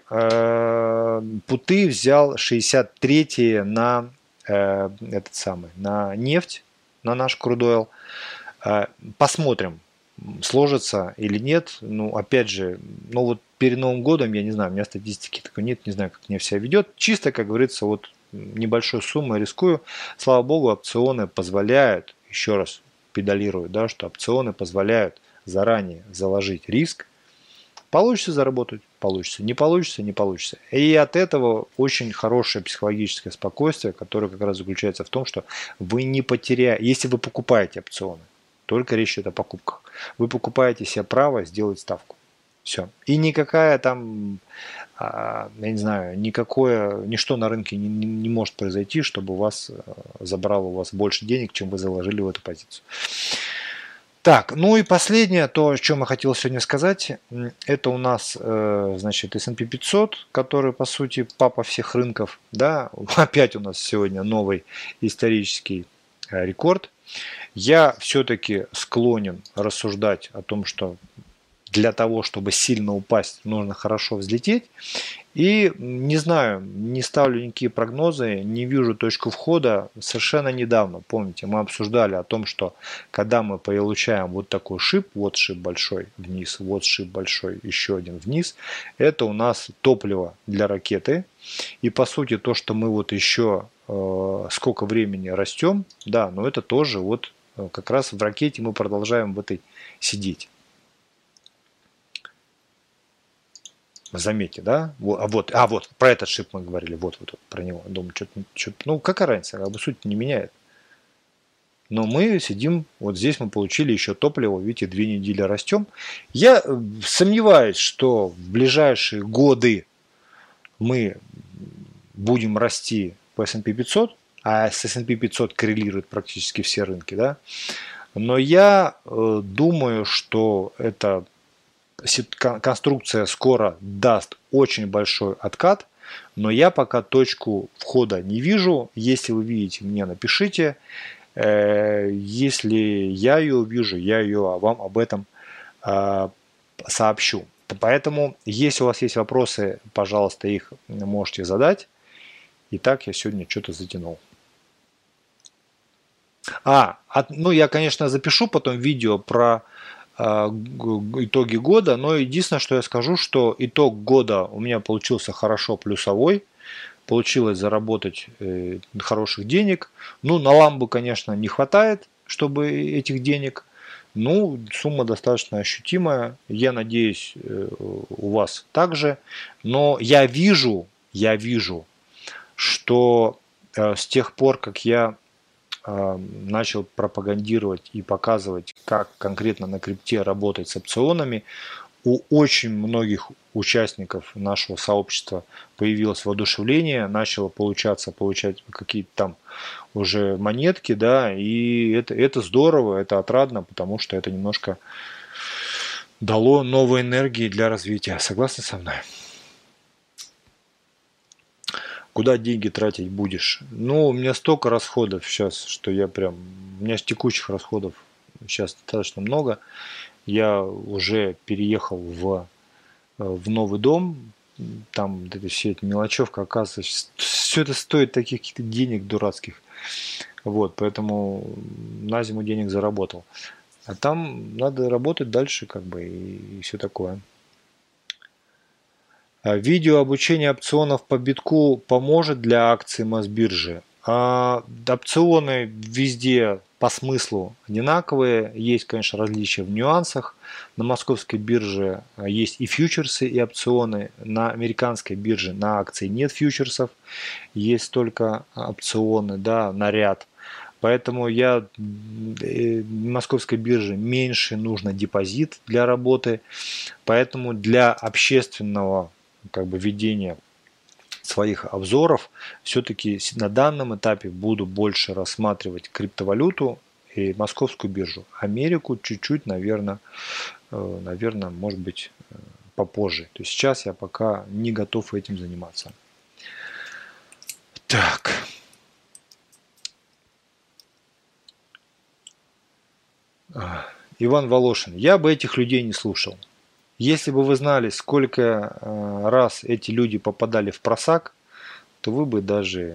путы взял 63 на этот самый, на нефть, на наш Crude Oil. Посмотрим, сложится или нет. Ну, опять же, ну вот перед Новым годом, я не знаю, у меня статистики такой нет, не знаю, как нефть себя ведет. Чисто, как говорится, вот небольшой суммой рискую. Слава богу, опционы позволяют, еще раз педалирую, да, что опционы позволяют заранее заложить риск. Получится заработать? Получится. Не получится? Не получится. И от этого очень хорошее психологическое спокойствие, которое как раз заключается в том, что вы не потеряете, если вы покупаете опционы, только речь идет о покупках, вы покупаете себе право сделать ставку. Все. И никакая там, я не знаю, ничто на рынке не может произойти, чтобы у вас забрало у вас больше денег, чем вы заложили в эту позицию. Так, ну и последнее, то, о чем я хотел сегодня сказать, это у нас, значит, S&P 500, который, по сути, папа всех рынков, да, опять у нас сегодня новый исторический рекорд. Я все-таки склонен рассуждать о том, что для того, чтобы сильно упасть, нужно хорошо взлететь. И не знаю, не ставлю никакие прогнозы, не вижу точку входа. Совершенно недавно, помните, мы обсуждали о том, что когда мы получаем вот такой шип, вот шип большой вниз, вот шип большой, еще один вниз, это у нас топливо для ракеты. И по сути то, что мы вот еще сколько времени растем, да, но это тоже вот как раз в ракете мы продолжаем в этой сидеть. Заметьте, да? Вот про этот шип мы говорили, вот про него. Думаю, ну какая разница, как бы суть не меняет. Но мы сидим, вот здесь мы получили еще топливо, видите, 2 недели растем. Я сомневаюсь, что в ближайшие годы мы будем расти по S&P 500, а с S&P 500 коррелируют практически все рынки, да? Но я думаю, что это конструкция скоро даст очень большой откат, но я пока точку входа не вижу. Если вы видите, мне напишите. Если я ее увижу, я ее вам об этом сообщу. Поэтому, если у вас есть вопросы, пожалуйста, их можете задать. Итак, я сегодня что-то затянул. Ну я, конечно, запишу потом видео про итоги года, но единственное, что я скажу, что итог года у меня получился хорошо плюсовой. Получилось заработать хороших денег. Ну, на ламбу, конечно, не хватает, чтобы этих денег. Ну, сумма достаточно ощутимая. Я надеюсь, у вас также. Но я вижу, что с тех пор, как я начал пропагандировать и показывать, как конкретно на крипте работать с опционами, у очень многих участников нашего сообщества появилось воодушевление, начало получать какие-то там уже монетки, да, и это здорово, это отрадно, потому что это немножко дало новой энергии для развития. Согласны со мной? Куда деньги тратить будешь? Ну, у меня столько расходов сейчас, что у меня текущих расходов сейчас достаточно много. Я уже переехал в новый дом, там все эта мелочевка, оказывается, все это стоит таких каких-то денег дурацких. Вот, поэтому на зиму денег заработал. А там надо работать дальше, как бы, и все такое. Видео обучение опционов по битку поможет для акций Мосбиржи. Опционы везде по смыслу одинаковые. Есть, конечно, различия в нюансах. На московской бирже есть и фьючерсы, и опционы. На американской бирже на акции нет фьючерсов. Есть только опционы, да, на ряд. Поэтому московской бирже меньше нужно депозит для работы. Поэтому для общественного ведения своих обзоров все-таки на данном этапе буду больше рассматривать криптовалюту и московскую биржу. Америку чуть-чуть, наверное, может быть, попозже. То есть сейчас я пока не готов этим заниматься. Так. Иван Волошин. Я бы этих людей не слушал. Если бы вы знали, сколько раз эти люди попадали в просак, то вы бы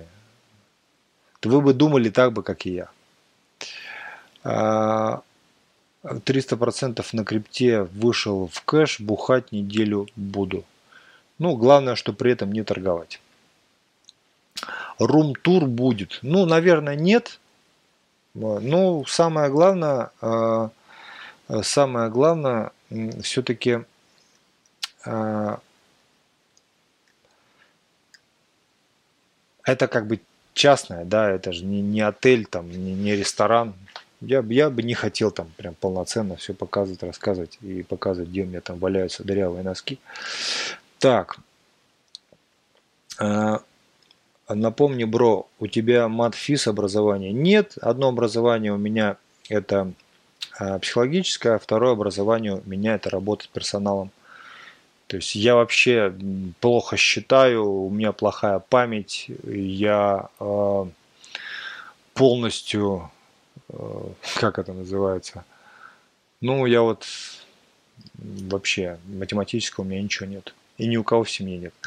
думали так бы, как и я. 300% на крипте вышел в кэш, бухать неделю буду. Ну, главное, что при этом не торговать. Рум-тур будет. Ну, наверное, нет. Но самое главное все-таки это как бы частное, да, это же не отель, там, не ресторан. Я бы не хотел там прям полноценно все показывать, рассказывать и показывать, где у меня там валяются дырявые носки. Так. Напомни, бро, у тебя мат-физ образование? Нет, одно образование у меня это психологическое, а второе образование у меня это работа с персоналом. То есть я вообще плохо считаю, у меня плохая память, я полностью, как это называется, ну я вот вообще математического у меня ничего нет. И ни у кого в семье нет.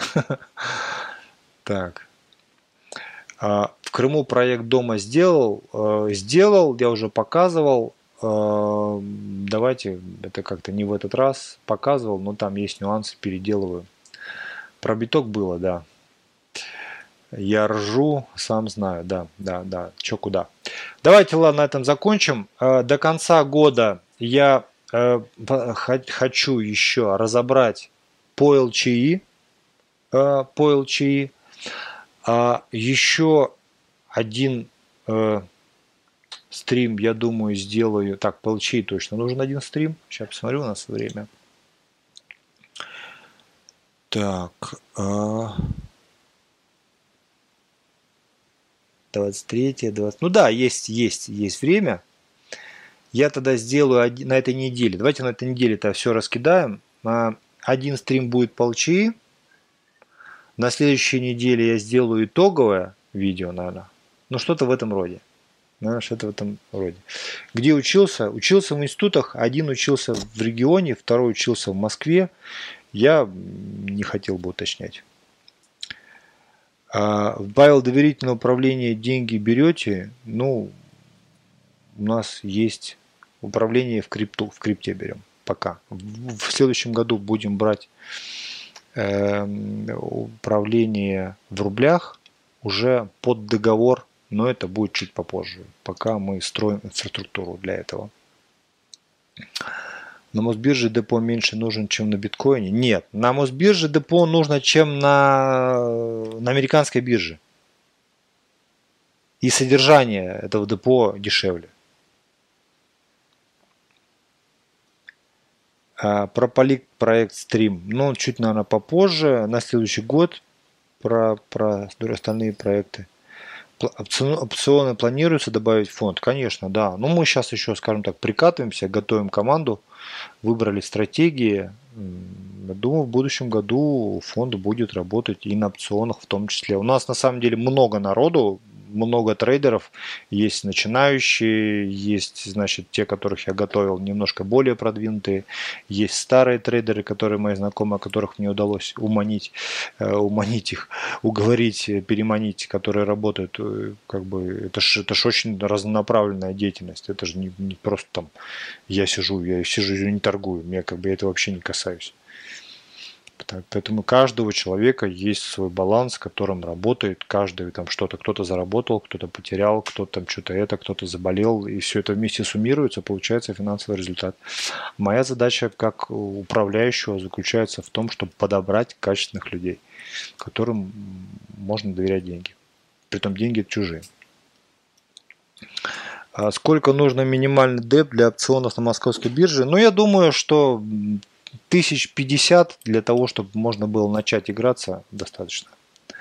Так. В Крыму проект дома сделал, я уже показывал. Давайте, это как-то не в этот раз показывал, но там есть нюансы, переделываю. Про биток было, да. Я ржу, сам знаю, да, чё куда. Давайте, ладно, на этом закончим. До конца года я хочу еще разобрать по LCI. Еще один стрим, я думаю, сделаю. Так, по LCI точно нужен один стрим. Сейчас посмотрю, у нас время. Так. 23, 20. Ну да, есть время. Я тогда сделаю на этой неделе. Давайте на этой неделе-то все раскидаем. Один стрим будет по LCI. На следующей неделе я сделаю итоговое видео, наверное. Ну, что-то в этом роде. Наверное, что-то в этом роде. Где учился? Учился в институтах. Один учился в регионе, второй учился в Москве. Я не хотел бы уточнять. Правило доверительного управления деньги берете? Ну, у нас есть управление в крипте берем. Пока. В следующем году будем брать управление в рублях уже под договор, но это будет чуть попозже, пока мы строим инфраструктуру для этого. На Мосбирже депо меньше нужен, чем на биткоине? Нет, на Мосбирже депо нужно, чем на американской бирже. И содержание этого депо дешевле. Про проект стрим, ну, чуть, наверное, попозже, на следующий год, про остальные проекты. Опционы планируется добавить в фонд? Конечно, да. Но мы сейчас еще, скажем так, прикатываемся, готовим команду, выбрали стратегии. Я думаю, в будущем году фонд будет работать и на опционах в том числе. У нас на самом деле много народу, много трейдеров, есть начинающие, есть, значит, те, которых я готовил, немножко более продвинутые, есть старые трейдеры, которые мои знакомые, которых мне удалось уманить их, уговорить, переманить, которые работают, как бы, это ж очень разнонаправленная деятельность, это же не просто там я сижу и не торгую, меня как бы я это вообще не касаюсь. Поэтому у каждого человека есть свой баланс, с которым работает каждый там что-то, кто-то заработал, кто-то потерял, кто-то там что-то кто-то заболел, и все это вместе суммируется, получается финансовый результат. Моя задача как управляющего заключается в том, чтобы подобрать качественных людей, которым можно доверять деньги. Притом деньги чужие. Сколько нужно минимальный деп для опционов на московской бирже? Ну, я думаю, что 1050 для того, чтобы можно было начать играться, достаточно.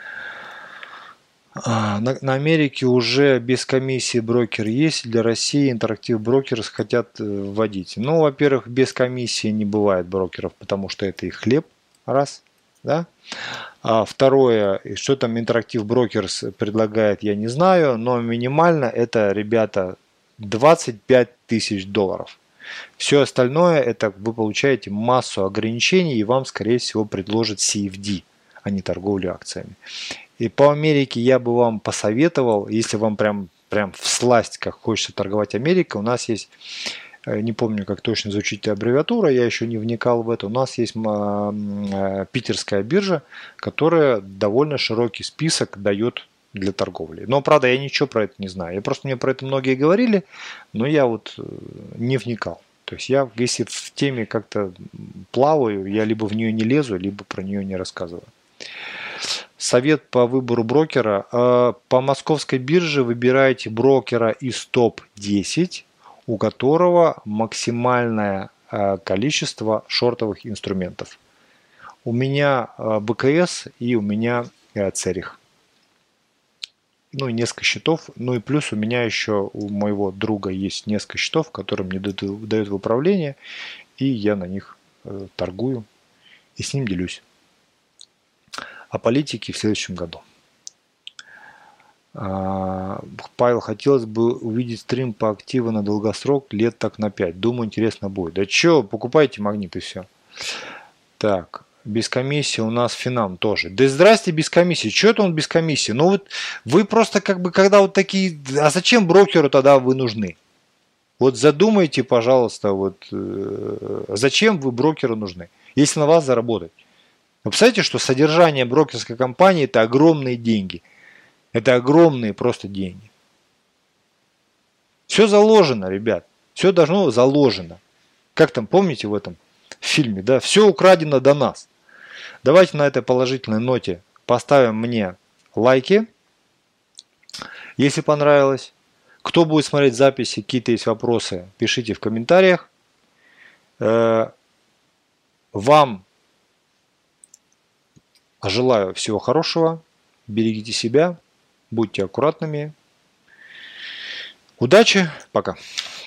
На Америке уже без комиссии брокер есть. Для России интерактив брокерс хотят вводить. Ну, во-первых, без комиссии не бывает брокеров, потому что это их хлеб. Раз. Да? А второе, что там интерактив брокерс предлагает, я не знаю, но минимально это, ребята, 25 тысяч долларов. Все остальное, это вы получаете массу ограничений, и вам, скорее всего, предложат CFD, а не торговлю акциями. И по Америке я бы вам посоветовал, если вам прям всласть, как хочется торговать Америкой, у нас есть, не помню, как точно звучит аббревиатура, я еще не вникал в это, у нас есть питерская биржа, которая довольно широкий список дает для торговли. Но, правда, я ничего про это не знаю. Мне про это многие говорили, но я вот не вникал. То есть я, если в теме как-то плаваю, я либо в нее не лезу, либо про нее не рассказываю. Совет по выбору брокера. По московской бирже выбираете брокера из топ-10, у которого максимальное количество шортовых инструментов. У меня БКС и у меня Церих. Ну и несколько счетов. Ну и плюс у меня еще, у моего друга есть несколько счетов, которые мне дают в управление. И я на них торгую и с ним делюсь. О политике в следующем году. Павел, хотелось бы увидеть стрим по активу на долгосрок лет так на 5. Думаю, интересно будет. Да че, покупайте магнит и все. Так. Без комиссии у нас Финам тоже. Да здрасте, без комиссии. Что это он без комиссии? Ну вот вы просто как бы, когда вот такие... А зачем брокеру тогда вы нужны? Вот задумайте, пожалуйста, вот зачем вы брокеру нужны, если на вас заработать. Вы представляете, что содержание брокерской компании это огромные деньги. Это огромные просто деньги. Все заложено, ребят. Все должно заложено. Как там, помните в этом фильме, да? Все украдено до нас. Давайте на этой положительной ноте поставим мне лайки, если понравилось. Кто будет смотреть записи, какие-то есть вопросы, пишите в комментариях. Вам желаю всего хорошего. Берегите себя, будьте аккуратными. Удачи, пока.